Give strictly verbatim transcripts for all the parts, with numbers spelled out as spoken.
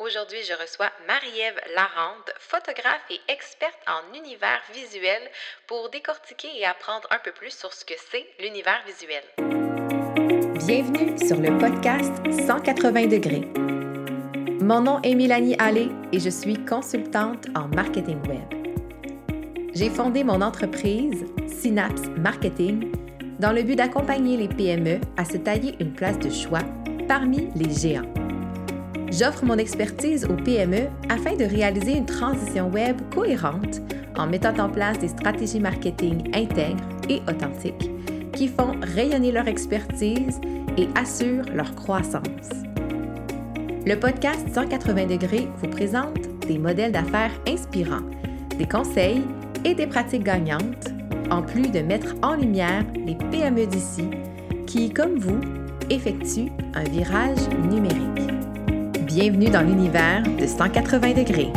Aujourd'hui, je reçois Marie-Ève Larande, photographe et experte en univers visuel pour décortiquer et apprendre un peu plus sur ce que c'est l'univers visuel. Bienvenue sur le podcast cent quatre-vingts degrés. Mon nom est Mélanie Allé et je suis consultante en marketing web. J'ai fondé mon entreprise Synapse Marketing dans le but d'accompagner les P M E à se tailler une place de choix parmi les géants. J'offre mon expertise aux P M E afin de réaliser une transition web cohérente en mettant en place des stratégies marketing intègres et authentiques qui font rayonner leur expertise et assurent leur croissance. Le podcast cent quatre-vingts degrés vous présente des modèles d'affaires inspirants, des conseils et des pratiques gagnantes, en plus de mettre en lumière les P M E d'ici qui, comme vous, effectuent un virage numérique. Bienvenue dans l'univers de cent quatre-vingts degrés.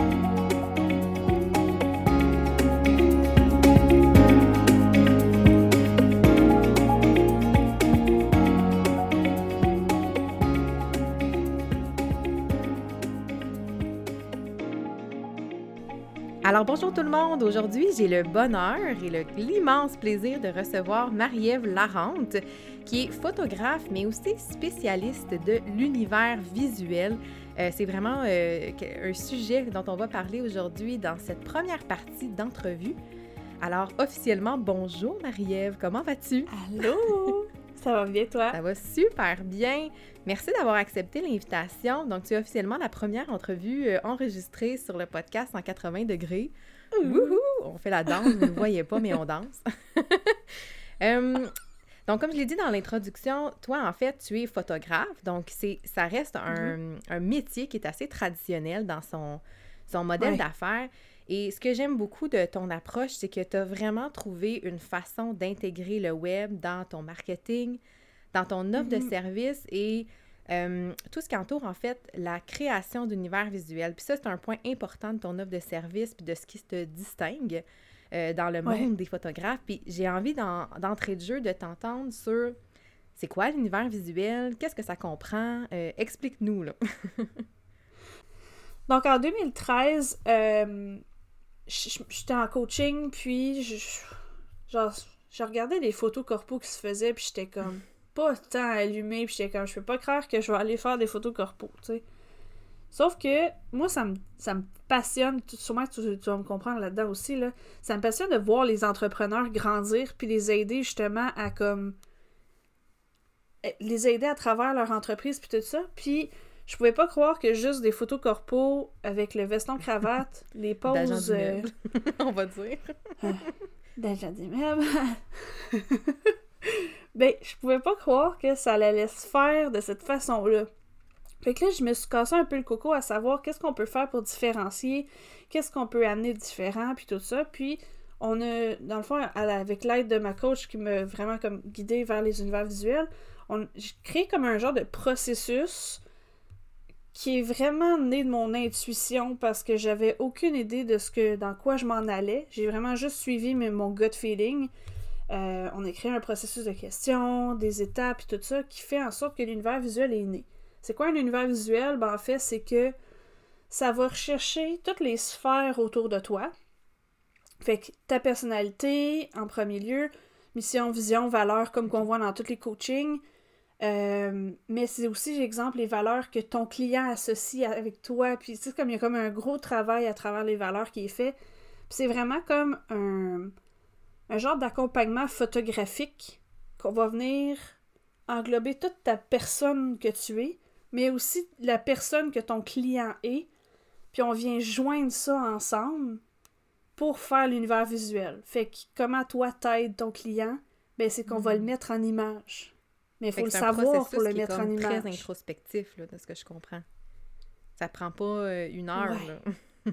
Alors bonjour tout le monde, aujourd'hui j'ai le bonheur et le, l'immense plaisir de recevoir Marie-Ève Larande qui est photographe mais aussi spécialiste de l'univers visuel. Euh, c'est vraiment euh, un sujet dont on va parler aujourd'hui dans cette première partie d'entrevue. Alors officiellement, bonjour Marie-Ève, comment vas-tu? Allô! Ça va bien toi? Ça va super bien. Merci d'avoir accepté l'invitation. Donc, tu es officiellement la première entrevue euh, enregistrée sur le podcast cent quatre-vingts degrés. Mmh. Wouhou! On fait la danse, vous ne le voyez pas, mais on danse. euh, donc, comme je l'ai dit dans l'introduction, toi, en fait, tu es photographe. Donc, c'est, ça reste un, mmh. un métier qui est assez traditionnel dans son, son modèle ouais. d'affaires. Et ce que j'aime beaucoup de ton approche, c'est que tu as vraiment trouvé une façon d'intégrer le web dans ton marketing, dans ton offre mm-hmm. de service et euh, tout ce qui entoure, en fait, la création d'univers visuel. Puis ça, c'est un point important de ton offre de service puis de ce qui te distingue euh, dans le monde ouais. des photographes. Puis j'ai envie d'en, d'entrée de jeu de t'entendre sur c'est quoi l'univers visuel, qu'est-ce que ça comprend, euh, explique-nous, là. Donc, en deux mille treize... Euh... J'étais en coaching, puis je, genre, je regardais les photos corpo qui se faisaient, puis j'étais comme pas tant allumée, puis j'étais comme, je peux pas croire que je vais aller faire des photos corpo, tu sais. Sauf que, moi, ça me, ça me passionne, sûrement tu, tu vas me comprendre là-dedans aussi, là, ça me passionne de voir les entrepreneurs grandir, puis les aider justement à comme, les aider à travers leur entreprise, puis tout ça, puis je pouvais pas croire que juste des photos corpo avec le veston cravate, les poses... D'agent d'immeuble, euh... on va dire. D'agent d'immeuble. Ben, je pouvais pas croire que ça allait se faire de cette façon-là. Fait que là, je me suis cassé un peu le coco à savoir qu'est-ce qu'on peut faire pour différencier, qu'est-ce qu'on peut amener de différent, puis tout ça. Puis, on a, dans le fond, avec l'aide de ma coach qui m'a vraiment comme guidée vers les univers visuels, on, j'ai créé comme un genre de processus qui est vraiment né de mon intuition parce que j'avais aucune idée de ce que dans quoi je m'en allais. J'ai vraiment juste suivi mes, mon gut feeling. Euh, on a créé un processus de questions, des étapes et tout ça qui fait en sorte que l'univers visuel est né. C'est quoi un univers visuel? Ben, en fait, c'est que ça va rechercher toutes les sphères autour de toi. Fait que ta personnalité, en premier lieu, mission, vision, valeur, comme qu'on voit dans tous les coachings. Euh, mais c'est aussi, j'exemple, les valeurs que ton client associe avec toi. Puis, tu sais, comme il y a comme un gros travail à travers les valeurs qui est fait. Puis, c'est vraiment comme un, un genre d'accompagnement photographique qu'on va venir englober toute ta personne que tu es, mais aussi la personne que ton client est. Puis, on vient joindre ça ensemble pour faire l'univers visuel. Fait que comment toi t'aides ton client, ben c'est qu'on mmh. va le mettre en image. Mais il faut le savoir pour le mettre en image. C'est très introspectif, là, de ce que je comprends. Ça prend pas euh, une heure, ouais. là.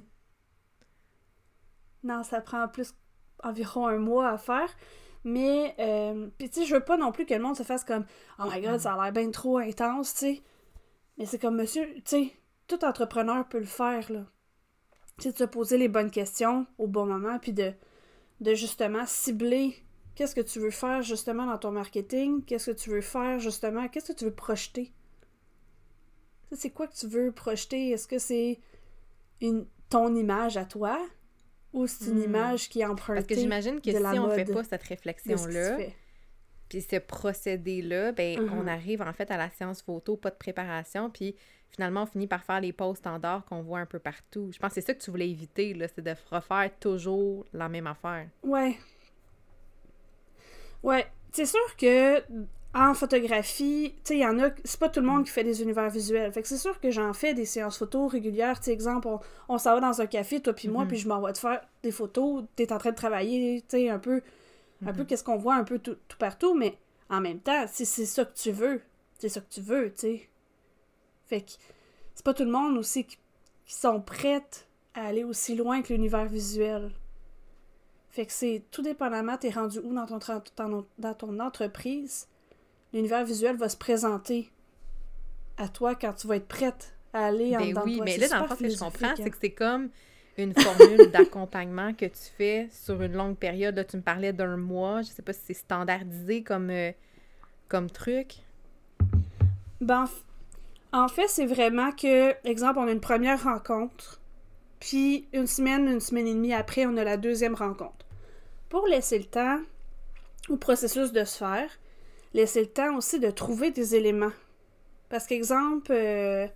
Non, ça prend plus environ un mois à faire. Mais, euh, puis tu sais, je veux pas non plus que le monde se fasse comme « Oh my God, ça a l'air bien trop intense, tu sais. » Mais c'est comme, monsieur, tu sais, tout entrepreneur peut le faire, là. Tu sais, de se poser les bonnes questions au bon moment, puis de, de justement cibler qu'est-ce que tu veux faire justement dans ton marketing? Qu'est-ce que tu veux faire justement? Qu'est-ce que tu veux projeter? C'est quoi que tu veux projeter? Est-ce que c'est une, ton image à toi ou c'est une mm. image qui est empruntée? Parce que j'imagine que si on ne fait pas cette réflexion-là, ce puis ce procédé-là, ben mm-hmm. on arrive en fait à la séance photo, pas de préparation, puis finalement, on finit par faire les poses standards qu'on voit un peu partout. Je pense que c'est ça que tu voulais éviter, là, c'est de refaire toujours la même affaire. Ouais. Ouais. C'est sûr que en photographie, tu sais, il y en a... C'est pas tout le monde qui fait des univers visuels. Fait que c'est sûr que j'en fais des séances photos régulières. Tu sais, exemple, on, on s'en va dans un café, toi puis moi, mm-hmm. puis je m'envoie te faire des photos. T'es en train de travailler, tu sais, un peu... Mm-hmm. Un peu qu'est-ce qu'on voit un peu tout, tout partout, mais en même temps, si c'est ça que tu veux, c'est ça que tu veux, tu sais. Fait que c'est pas tout le monde aussi qui, qui sont prêtes à aller aussi loin que l'univers visuel. Fait que c'est tout dépendamment, t'es rendu où dans ton, dans, dans ton entreprise, l'univers visuel va se présenter à toi quand tu vas être prête à aller ben en dedans oui, de toi. Mais c'est là, dans le fond, ce que je comprends, hein? c'est que c'est comme une formule d'accompagnement que tu fais sur une longue période. Là, tu me parlais d'un mois. Je sais pas si c'est standardisé comme, euh, comme truc. Ben, en fait, c'est vraiment que, exemple, on a une première rencontre, puis une semaine, une semaine et demie après, on a la deuxième rencontre. Pour laisser le temps au processus de se faire, laisser le temps aussi de trouver des éléments. Parce qu'exemple, euh,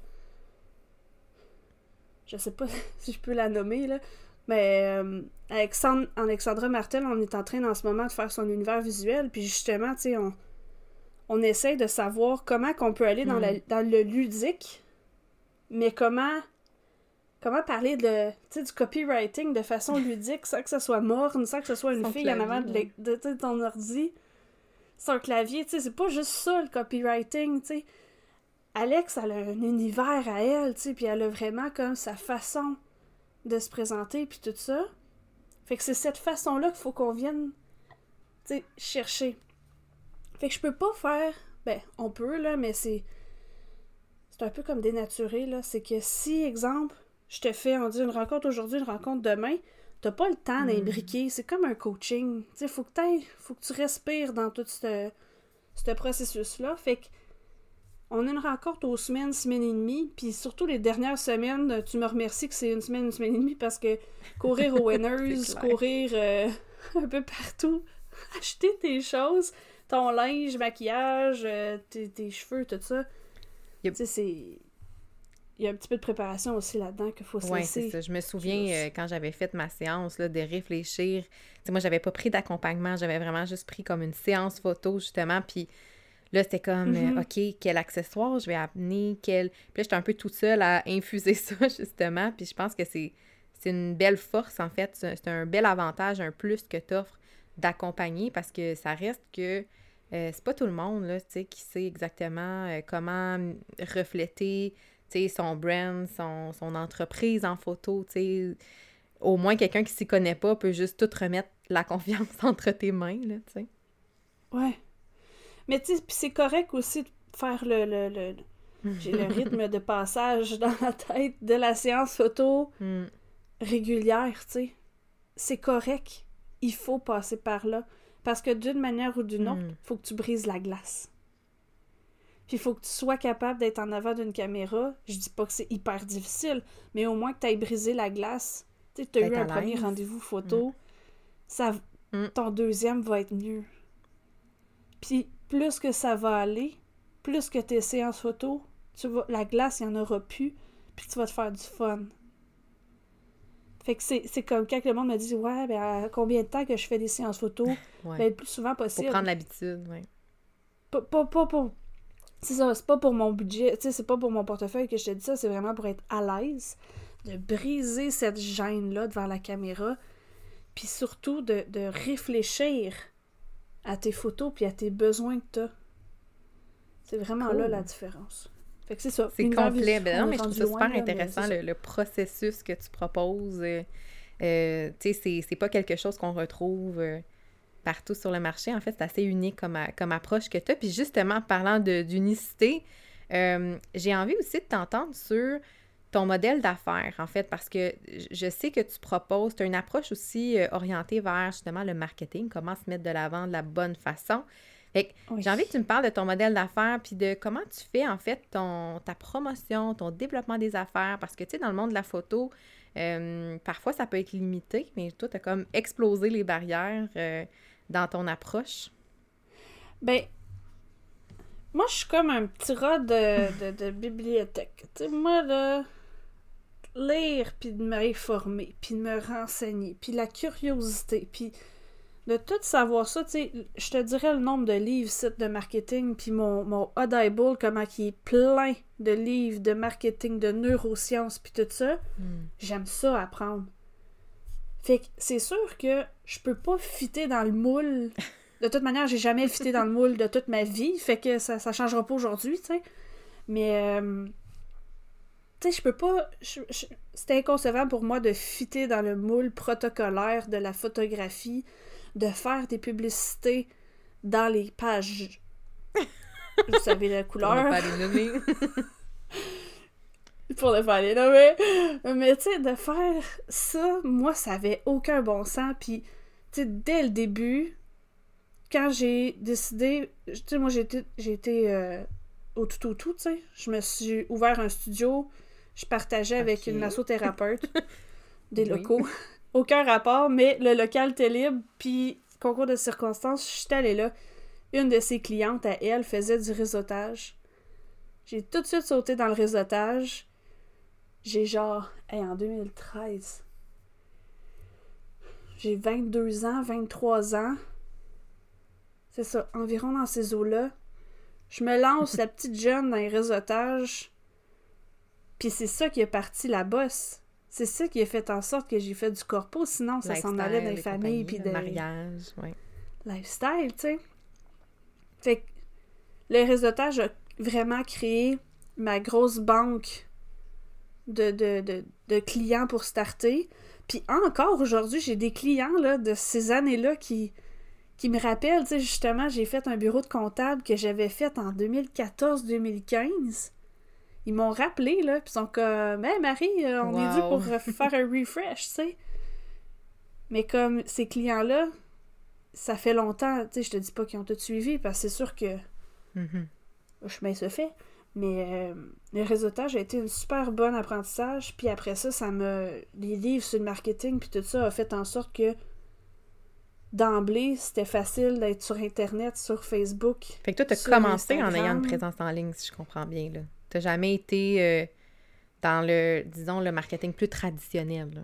je sais pas si je peux la nommer, là, mais euh, Alexandre, Alexandra Martel, on est en train en ce moment de faire son univers visuel, puis justement, tu sais, on, on essaie de savoir comment qu'on peut aller dans, mm. la, dans le ludique, mais comment... Comment parler de, tu sais, du copywriting de façon ludique sans que ce soit morne, sans que ce soit une Son fille clavier, en avant de, ouais. de, de ton ordi, sur un clavier, tu sais, c'est pas juste ça le copywriting, tu sais. Alex, elle a un univers à elle, tu sais, puis elle a vraiment comme sa façon de se présenter, puis tout ça. Fait que c'est cette façon-là qu'il faut qu'on vienne, tu sais, chercher. Fait que je peux pas faire, ben, on peut, là, mais c'est, c'est un peu comme dénaturé, là, c'est que si, exemple, je te fais, on dit une rencontre aujourd'hui, une rencontre demain, t'as pas le temps d'imbriquer, mm. c'est comme un coaching. Tu sais, faut que t'ailles, faut que tu respires dans tout ce, ce processus-là. Fait que, on a une rencontre aux semaines, semaines et demie, puis surtout les dernières semaines, tu me remercies que c'est une semaine, une semaine et demie, parce que courir aux Winners, courir euh, un peu partout, acheter tes choses, ton linge, maquillage, euh, tes, tes cheveux, tout ça, yep. Tu sais, c'est... Il y a un petit peu de préparation aussi là-dedans qu'il faut se laisser. Oui, c'est ça. Je me souviens, euh, quand j'avais fait ma séance, là, de réfléchir. T'sais, moi, j'avais pas pris d'accompagnement. J'avais vraiment juste pris comme une séance photo, justement. Puis là, c'était comme, mm-hmm. euh, OK, quel accessoire je vais amener, quel... Puis là, j'étais un peu toute seule à infuser ça, justement. Puis je pense que c'est, c'est une belle force, en fait. C'est un bel avantage, un plus que t'offres d'accompagner, parce que ça reste que euh, c'est pas tout le monde, là, tu sais, qui sait exactement euh, comment refléter... T'sais, son brand, son, son entreprise en photo, tu sais, au moins quelqu'un qui s'y connaît pas peut juste tout remettre la confiance entre tes mains, là, tu sais. Ouais. Mais tu sais, puis c'est correct aussi de faire le, le, le, le j'ai le rythme de passage dans la tête de la séance photo mm. régulière, tu sais. C'est correct. Il faut passer par là. Parce que d'une manière ou d'une autre, il mm. faut que tu brises la glace. Puis il faut que tu sois capable d'être en avant d'une caméra. Je dis pas que c'est hyper difficile, mais au moins que tu aies brisé la glace. Tu sais, tu as eu un premier rendez-vous photo, mm. ça, mm. ton deuxième va être mieux. Puis plus que ça va aller, plus que tes séances photo, tu vas, la glace, il n'y en aura plus, puis tu vas te faire du fun. Fait que c'est, c'est comme quand le monde me dit « Ouais, ben à combien de temps que je fais des séances photo? Ouais. » Ben le plus souvent possible. Pour prendre l'habitude, oui. Pas, pas, pas pour... C'est ça, c'est pas pour mon budget, tu sais, c'est pas pour mon portefeuille que je te dis ça, c'est vraiment pour être à l'aise, de briser cette gêne-là devant la caméra, puis surtout de, de réfléchir à tes photos puis à tes besoins que t'as. C'est vraiment cool. Là la différence. Fait que c'est ça. C'est complet. Ben non, mais je trouve ça super loin, intéressant, là, le, le processus que tu proposes. Euh, euh, tu sais, c'est, c'est pas quelque chose qu'on retrouve... Euh, partout sur le marché. En fait, c'est assez unique comme, a, comme approche que tu as. Puis justement, parlant de, d'unicité, euh, j'ai envie aussi de t'entendre sur ton modèle d'affaires, en fait, parce que je sais que tu proposes, tu as une approche aussi euh, orientée vers justement le marketing, comment se mettre de l'avant de la bonne façon. Fait que Oui. j'ai envie que tu me parles de ton modèle d'affaires puis de comment tu fais, en fait, ton, ta promotion, ton développement des affaires. Parce que, tu sais, dans le monde de la photo, euh, parfois, ça peut être limité, mais toi, tu as comme explosé les barrières euh, dans ton approche. Ben, moi, je suis comme un petit rat de, de, de bibliothèque. Tu sais, moi, là, lire, puis de m'informer, puis de me renseigner, puis la curiosité, puis de tout savoir ça, tu sais, je te dirais le nombre de livres, sites de marketing, puis mon, mon Audible, comment il est plein de livres de marketing, de neurosciences, puis tout ça. Mm. J'aime ça apprendre. Fait que c'est sûr que je peux pas fitter dans le moule. De toute manière, j'ai jamais fité dans le moule de toute ma vie, fait que ça, ça changera pas aujourd'hui, tu sais. Mais, euh, tu sais, je peux pas... je- je- c'est inconcevable pour moi de fitter dans le moule protocolaire de la photographie, de faire des publicités dans les pages. Vous savez la Pour ne couleur. pas les nommer. Pour ne pas les nommer. Mais tu sais, de faire ça, moi, ça avait aucun bon sens. Puis, tu sais, dès le début, quand j'ai décidé... Tu sais, moi, j'ai été, j'ai été euh, au tout au tout, tu sais. Je me suis ouvert un studio. Je partageais avec Ok. une massothérapeute des Oui. locaux. Aucun rapport, mais le local était libre. Puis, concours de circonstances, je suis allée là. Une de ses clientes, à elle, faisait du réseautage. J'ai tout de suite sauté dans le réseautage. J'ai genre... Hey, en deux mille treize... J'ai vingt-deux ans, vingt-trois ans. C'est ça, environ dans ces eaux-là. Je me lance, la petite jeune, dans les réseautages. Puis c'est ça qui a parti la bosse. C'est ça qui a fait en sorte que j'ai fait du corpo. Sinon, ça s'en allait dans les Lifestyle et familles. compagnie, Puis le des mariage, oui. lifestyle, tu sais. Fait que le réseautage a vraiment créé ma grosse banque de, de, de, de clients pour starter. Puis encore aujourd'hui, j'ai des clients là, de ces années-là qui, qui me rappellent, tu sais, justement, j'ai fait un bureau de comptable que j'avais fait en deux mille quatorze deux mille quinze. Ils m'ont rappelé, là, puis ils sont comme « Hey Marie, euh, on est dû Wow. pour euh, faire un refresh, tu sais. » Mais comme ces clients-là, ça fait longtemps, tu sais, je te dis pas qu'ils ont tout suivi, parce que c'est sûr que Mhm. le chemin se fait. Mais euh, le réseautage a été un super bon apprentissage. Puis après ça, ça m'a... Les livres sur le marketing puis tout ça a fait en sorte que d'emblée, c'était facile d'être sur Internet, sur Facebook. Fait que toi, t'as sur commencé en ayant une Instagram. présence en ligne, si je comprends bien, là. T'as jamais été euh, dans le, disons, le marketing plus traditionnel, là.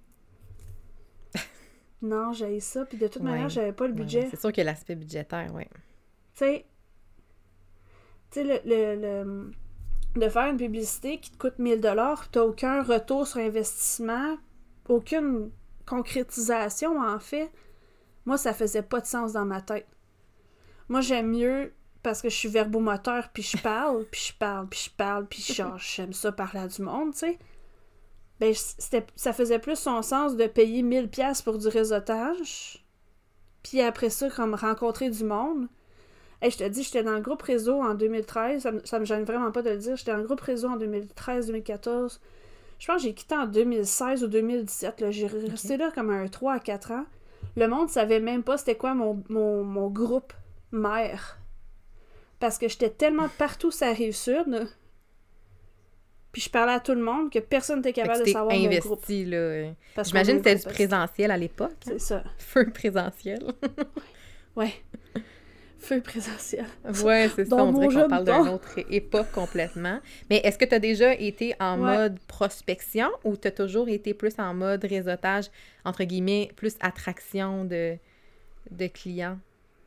Non, j'avais ça. Puis de toute Ouais. manière, j'avais pas le Ouais, budget. ouais. C'est sûr qu'il y a l'aspect budgétaire, oui. Tu sais, tu sais, le, le, le- de faire une publicité qui te coûte mille dollars, puis t'as aucun retour sur investissement, aucune concrétisation, en fait, moi, ça faisait pas de sens dans ma tête. Moi, j'aime mieux, parce que je suis verbomoteur, puis je parle, puis je parle, puis je parle, puis genre, j'aime ça parler à du monde, tu sais. Ben, c'était, ça faisait plus son sens de payer mille dollars pour du réseautage, puis après ça, comme rencontrer du monde. Hey, je te dis, j'étais dans le groupe réseau en deux mille treize, ça me, ça me gêne vraiment pas de le dire, j'étais dans le groupe réseau en deux mille treize deux mille quatorze. Je pense que j'ai quitté en deux mille seize ou deux mille dix-sept, là. J'ai resté là comme un trois à quatre ans. Le monde savait même pas c'était quoi mon, mon, mon groupe mère. Parce que j'étais tellement partout sur la Rive-Sud, puis je parlais à tout le monde que personne n'était Fait que capable tu de t'es savoir mon groupe. investi, là. Parce J'imagine qu'on que est un c'était du groupe, présentiel à l'époque. hein? C'est ça. Feu présentiel. Ouais. Feu présentiel. Ouais, c'est ça. Dans On mon dirait qu'on jeune parle temps. d'une autre époque complètement. Mais est-ce que tu as déjà été en Ouais. mode prospection ou tu as toujours été plus en mode réseautage, entre guillemets, plus attraction de, de clients?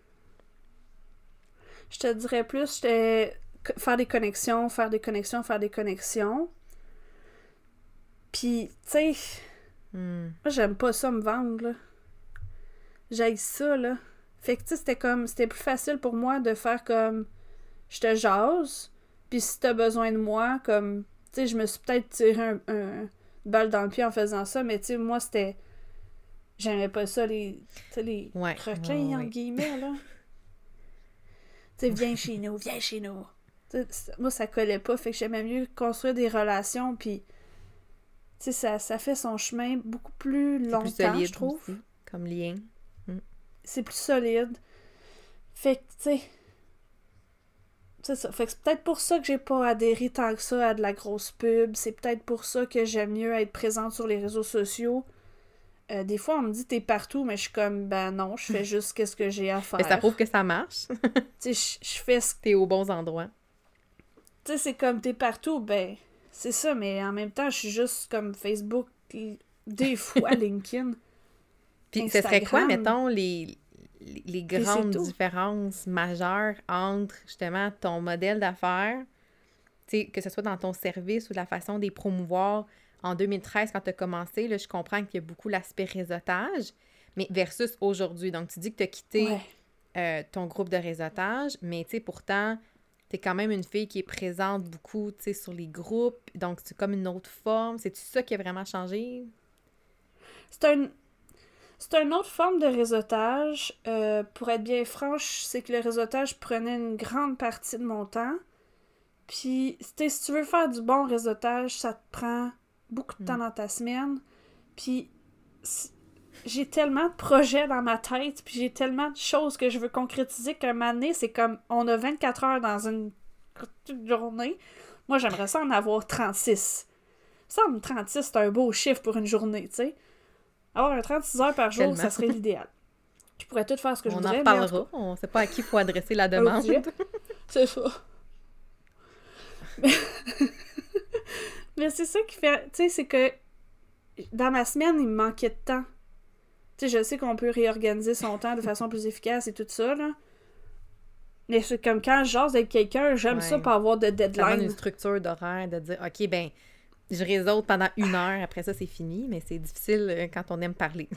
Je te dirais plus, j'étais co- faire des connexions, faire des connexions, faire des connexions. Puis, tu sais, Hmm. moi, j'aime pas ça me vendre, là. J'haïs ça, là. Fait que, tu sais, c'était comme, c'était plus facile pour moi de faire comme, je te jase, puis si t'as besoin de moi, comme, tu sais, je me suis peut-être tiré un, un- une balle dans le pied en faisant ça, mais tu sais, moi, c'était, j'aimais pas ça, les, tu sais, les Ouais, requins, ouais, ouais. entre guillemets, là. Tu sais, viens chez nous, viens chez nous. Tu sais, c'est- moi, ça collait pas, fait que j'aimais mieux construire des relations, puis, tu sais, ça, ça fait son chemin beaucoup plus C'est longtemps, plus solide je trouve. aussi, comme lien. C'est plus solide. Fait que, tu sais... C'est ça. Fait que c'est peut-être pour ça que j'ai pas adhéré tant que ça à de la grosse pub. C'est peut-être pour ça que j'aime mieux être présente sur les réseaux sociaux. Euh, des fois, on me dit t'es partout, mais je suis comme, ben non, je fais juste qu'est-ce que j'ai à faire. Mais ça prouve que ça marche. Tu sais, je fais ce... T'es aux bons endroits. Tu sais, c'est comme t'es partout, ben, c'est ça, mais en même temps, je suis juste comme Facebook, des fois LinkedIn. Puis Instagram. ce serait quoi, mettons, les, les, les grandes différences majeures entre, justement, ton modèle d'affaires, tu sais, que ce soit dans ton service ou la façon de les promouvoir en deux mille treize, quand tu as commencé, là, je comprends qu'il y a beaucoup l'aspect réseautage, mais versus aujourd'hui. Donc, tu dis que tu as quitté Ouais. euh, ton groupe de réseautage, mais tu sais, pourtant, tu es quand même une fille qui est présente beaucoup, tu sais, sur les groupes. Donc, c'est comme une autre forme. C'est-tu ça qui a vraiment changé? C'est un... C'est une autre forme de réseautage. Euh, pour être bien franche, c'est que le réseautage prenait une grande partie de mon temps. Puis, tu sais, si tu veux faire du bon réseautage, ça te prend beaucoup de temps Mm. dans ta semaine. Puis, j'ai tellement de projets dans ma tête, puis j'ai tellement de choses que je veux concrétiser qu'un moment donné, c'est comme, on a vingt-quatre heures dans une journée. Moi, j'aimerais ça en avoir trente-six. Ça, trente-six, c'est un beau chiffre pour une journée, tu sais. Avoir un trente-six heures par jour, Tellement. ça serait l'idéal. Je pourrais tout faire ce que je On voudrais. en mais en reparlera. tout cas, On sait pas à qui il faut adresser la demande. Ok. C'est ça. Mais, mais c'est ça qui fait... Tu sais, c'est que dans ma semaine, il me manquait de temps. Tu sais, je sais qu'on peut réorganiser son temps de façon plus efficace et tout ça, là. Mais c'est comme quand je jase avec quelqu'un, j'aime Ouais. ça pour avoir de Ça demande deadline. une structure d'horaire, de dire, OK, ben je réseaute pendant une heure, après ça, c'est fini, mais c'est difficile euh, quand on aime parler.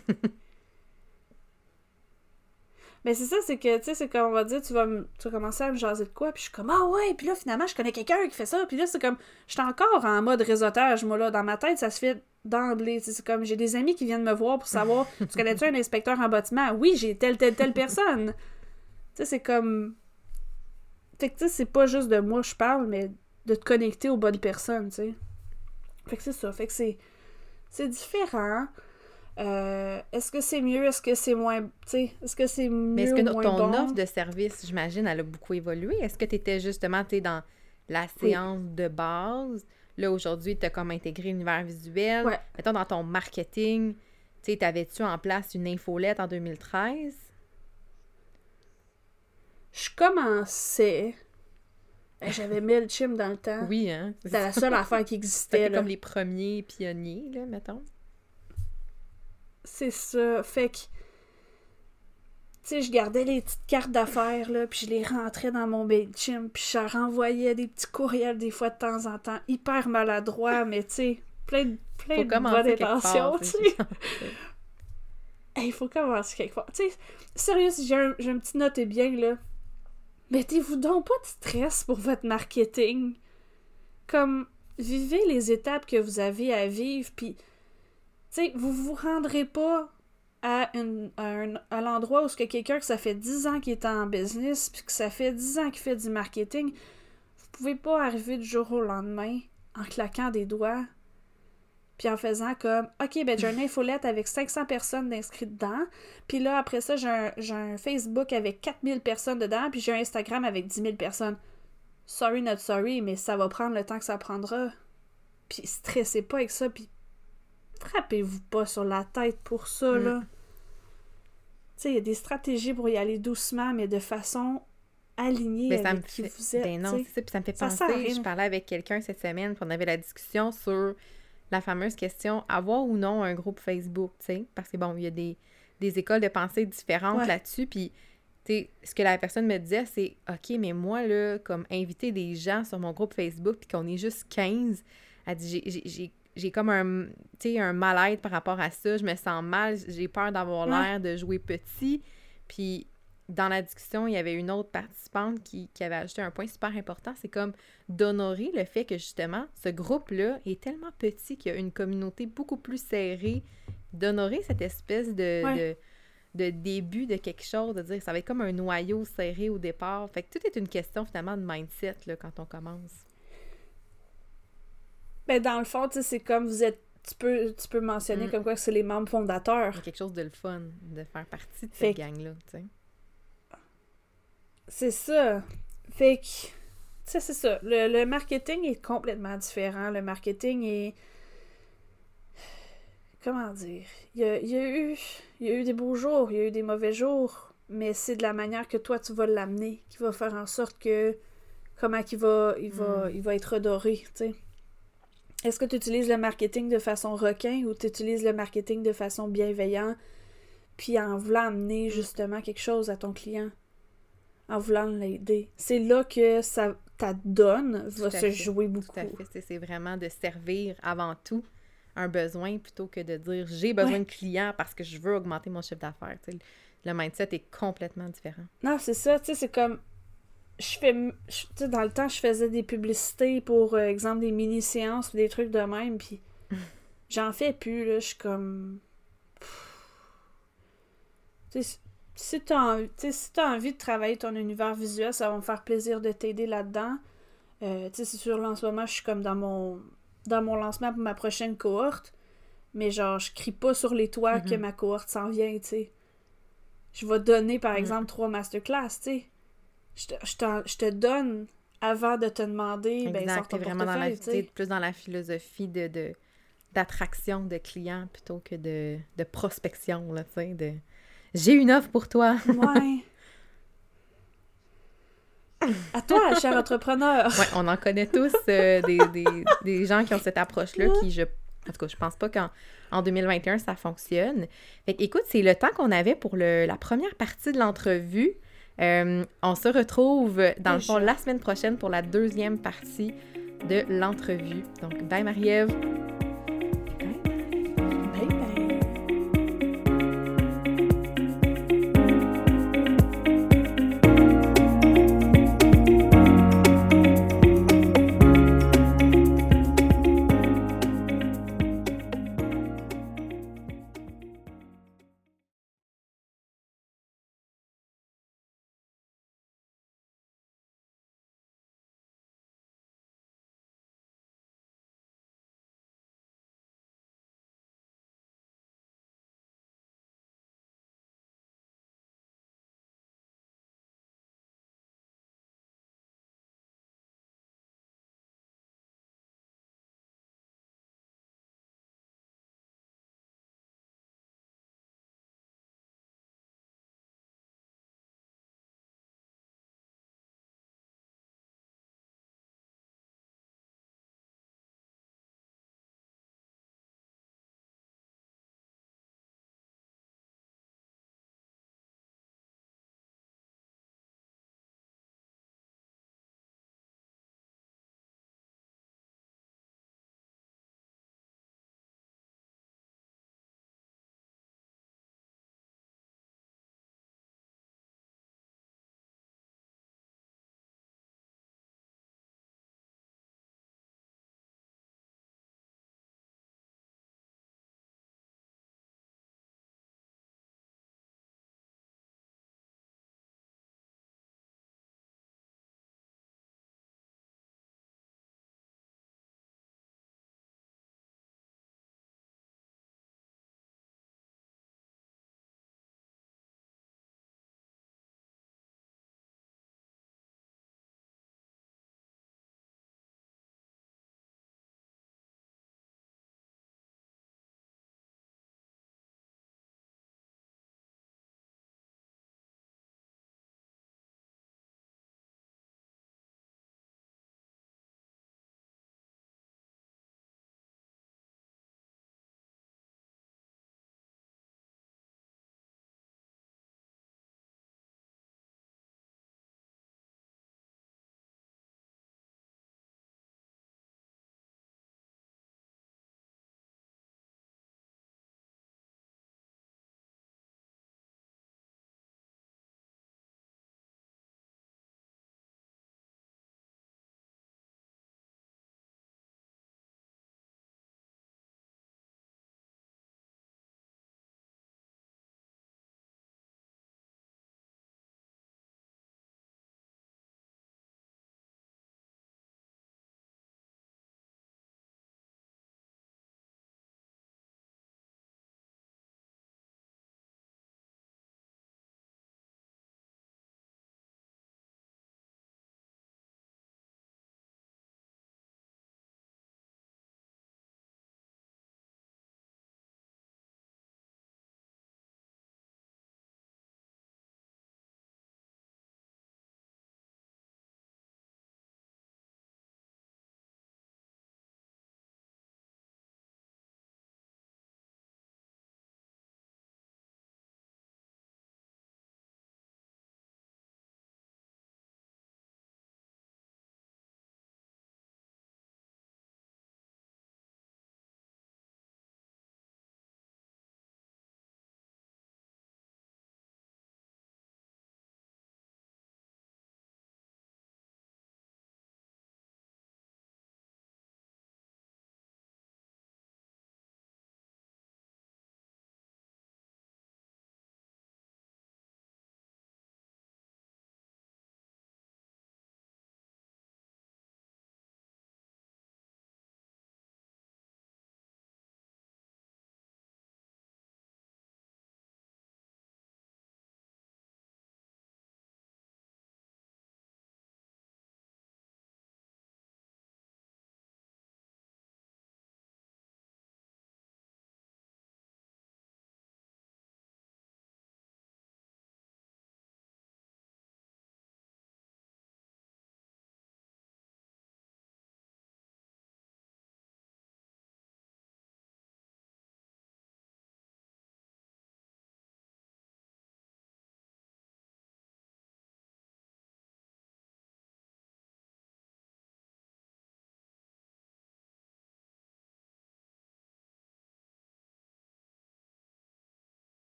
Mais c'est ça, c'est que, tu sais, c'est comme on va dire, tu vas, m- tu vas commencer à me jaser de quoi, puis je suis comme, ah ouais, puis là, finalement, je connais quelqu'un qui fait ça, puis là, c'est comme, je suis encore en mode réseautage, moi, là, dans ma tête, ça se fait d'emblée, tu sais, c'est comme, j'ai des amis qui viennent me voir pour savoir, tu connais-tu un inspecteur en bâtiment? Oui, j'ai telle, telle, telle personne. Tu sais, c'est comme, fait que, tu sais, c'est pas juste de moi je parle, mais de te connecter aux bonnes personnes, tu sais. Fait que c'est ça, fait que c'est, c'est différent. Euh, est-ce que c'est mieux? Est-ce que c'est moins... Tu sais, est-ce que c'est mieux Mais est-ce que ou no- moins ton bon? offre de service, j'imagine, elle a beaucoup évolué? Est-ce que tu étais justement, tu dans la séance de base? Là, aujourd'hui, tu as comme intégré l'univers visuel. Ouais. Mettons, dans ton marketing, tu sais, t'avais-tu en place une infolette en deux mille treize? Je commençais... Ben, j'avais MailChimp dans le temps. Oui, hein? C'était la seule affaire qui existait, C'était là. comme les premiers pionniers, là, mettons. C'est ça. Fait que... Tu sais, je gardais les petites cartes d'affaires, là, puis je les rentrais dans mon MailChimp, puis je renvoyais des petits courriels des fois de temps en temps, hyper maladroits, mais tu sais, plein de, plein Faut de commencer bonnes quelque intentions, part, tu c'est sais. sûr. Il faut commencer quelque part. Tu sais, sérieux, si j'ai un, j'ai un petit note et bien, là, mettez-vous donc pas de stress pour votre marketing. Comme, vivez les étapes que vous avez à vivre, puis, tu sais, vous vous rendrez pas à, une, à, un, à l'endroit où ce que quelqu'un que ça fait dix ans qu'il est en business, puis que ça fait dix ans qu'il fait du marketing, vous pouvez pas arriver du jour au lendemain en claquant des doigts, puis en faisant comme, OK, ben j'ai une infolette avec cinq cents personnes d'inscrites dedans, puis là, après ça, j'ai un, j'ai un Facebook avec quatre mille personnes dedans, puis j'ai un Instagram avec dix mille personnes. Sorry, not sorry, mais ça va prendre le temps que ça prendra. Puis stressez pas avec ça, puis frappez-vous pas sur la tête pour ça, Mm. là. Tu sais, il y a des stratégies pour y aller doucement, mais de façon alignée Ben, ça avec me qui fait... vous êtes, ben non, tu sais. c'est ça. Puis ça me fait Ça sert à penser, rien. je parlais avec quelqu'un cette semaine, puis on avait la discussion sur la fameuse question, avoir ou non un groupe Facebook, tu sais, parce que bon, il y a des, des écoles de pensée différentes Ouais. là-dessus, puis tu sais, ce que la personne me disait, c'est « OK, mais moi, là, comme inviter des gens sur mon groupe Facebook, puis qu'on est juste quinze, elle dit j'ai- j'ai- j'ai j'ai comme un, tu sais, un mal-être par rapport à ça, je me sens mal, j'ai peur d'avoir Ouais. l'air de jouer petit. » Puis dans la discussion, il y avait une autre participante qui, qui avait ajouté un point super important, c'est comme d'honorer le fait que justement, ce groupe-là est tellement petit qu'il y a une communauté beaucoup plus serrée, d'honorer cette espèce de, Ouais. de, de début de quelque chose, de dire ça va être comme un noyau serré au départ. Fait que tout est une question finalement de mindset là, quand on commence. Ben, dans le fond, tu sais, c'est comme vous êtes... Tu peux, tu peux mentionner Mm. comme quoi que c'est les membres fondateurs. Il y a quelque chose de le fun de faire partie de Fait cette que- gang-là, tu sais. c'est ça. Fait que, tu sais, c'est ça. Le, le marketing est complètement différent. Le marketing est... Comment dire? Il y a, il y a eu, il y a eu des beaux jours, il y a eu des mauvais jours, mais c'est de la manière que toi, tu vas l'amener qui va faire en sorte que... Comment il va, il va, mm. il va être redoré, tu sais. Est-ce que tu utilises le marketing de façon requin ou tu utilises le marketing de façon bienveillante, puis en voulant amener justement quelque chose à ton client, en voulant l'aider? C'est là que ça, ta donne va se fait. jouer beaucoup. Tout à fait. C'est, c'est vraiment de servir avant tout un besoin plutôt que de dire « j'ai besoin ouais. de clients parce que je veux augmenter mon chiffre d'affaires ». Le mindset est complètement différent. Non, c'est ça. Tu sais, c'est comme... Je fais, tu sais, dans le temps, je faisais des publicités pour, euh, exemple, des mini-séances ou des trucs de même, puis j'en fais plus, là, je suis comme... Tu sais, si t'as envie, si t'as envie de travailler ton univers visuel, ça va me faire plaisir de t'aider là-dedans. Euh, tu sais, c'est sûr, là, en ce moment, je suis comme dans mon, dans mon lancement pour ma prochaine cohorte, mais genre, je crie pas sur les toits mm-hmm. que ma cohorte s'en vient, tu sais. Je vais donner, par mm-hmm. exemple, trois masterclass, tu sais. Je te, je, je te donne avant de te demander, exact, ben sors ton vraiment dans la, plus dans la philosophie de, de d'attraction de clients plutôt que de, de prospection, là, tu sais, de « j'ai une offre pour toi ». Ouais. À toi, cher entrepreneur. Ouais, on en connaît tous euh, des, des, des gens qui ont cette approche-là qui, je, en tout cas, je pense pas qu'en en deux mille vingt et un, ça fonctionne. Fait écoute, c'est le temps qu'on avait pour le, la première partie de l'entrevue. Euh, on se retrouve, dans le fond, la semaine prochaine pour la deuxième partie de l'entrevue. Donc, bye Marie-Ève!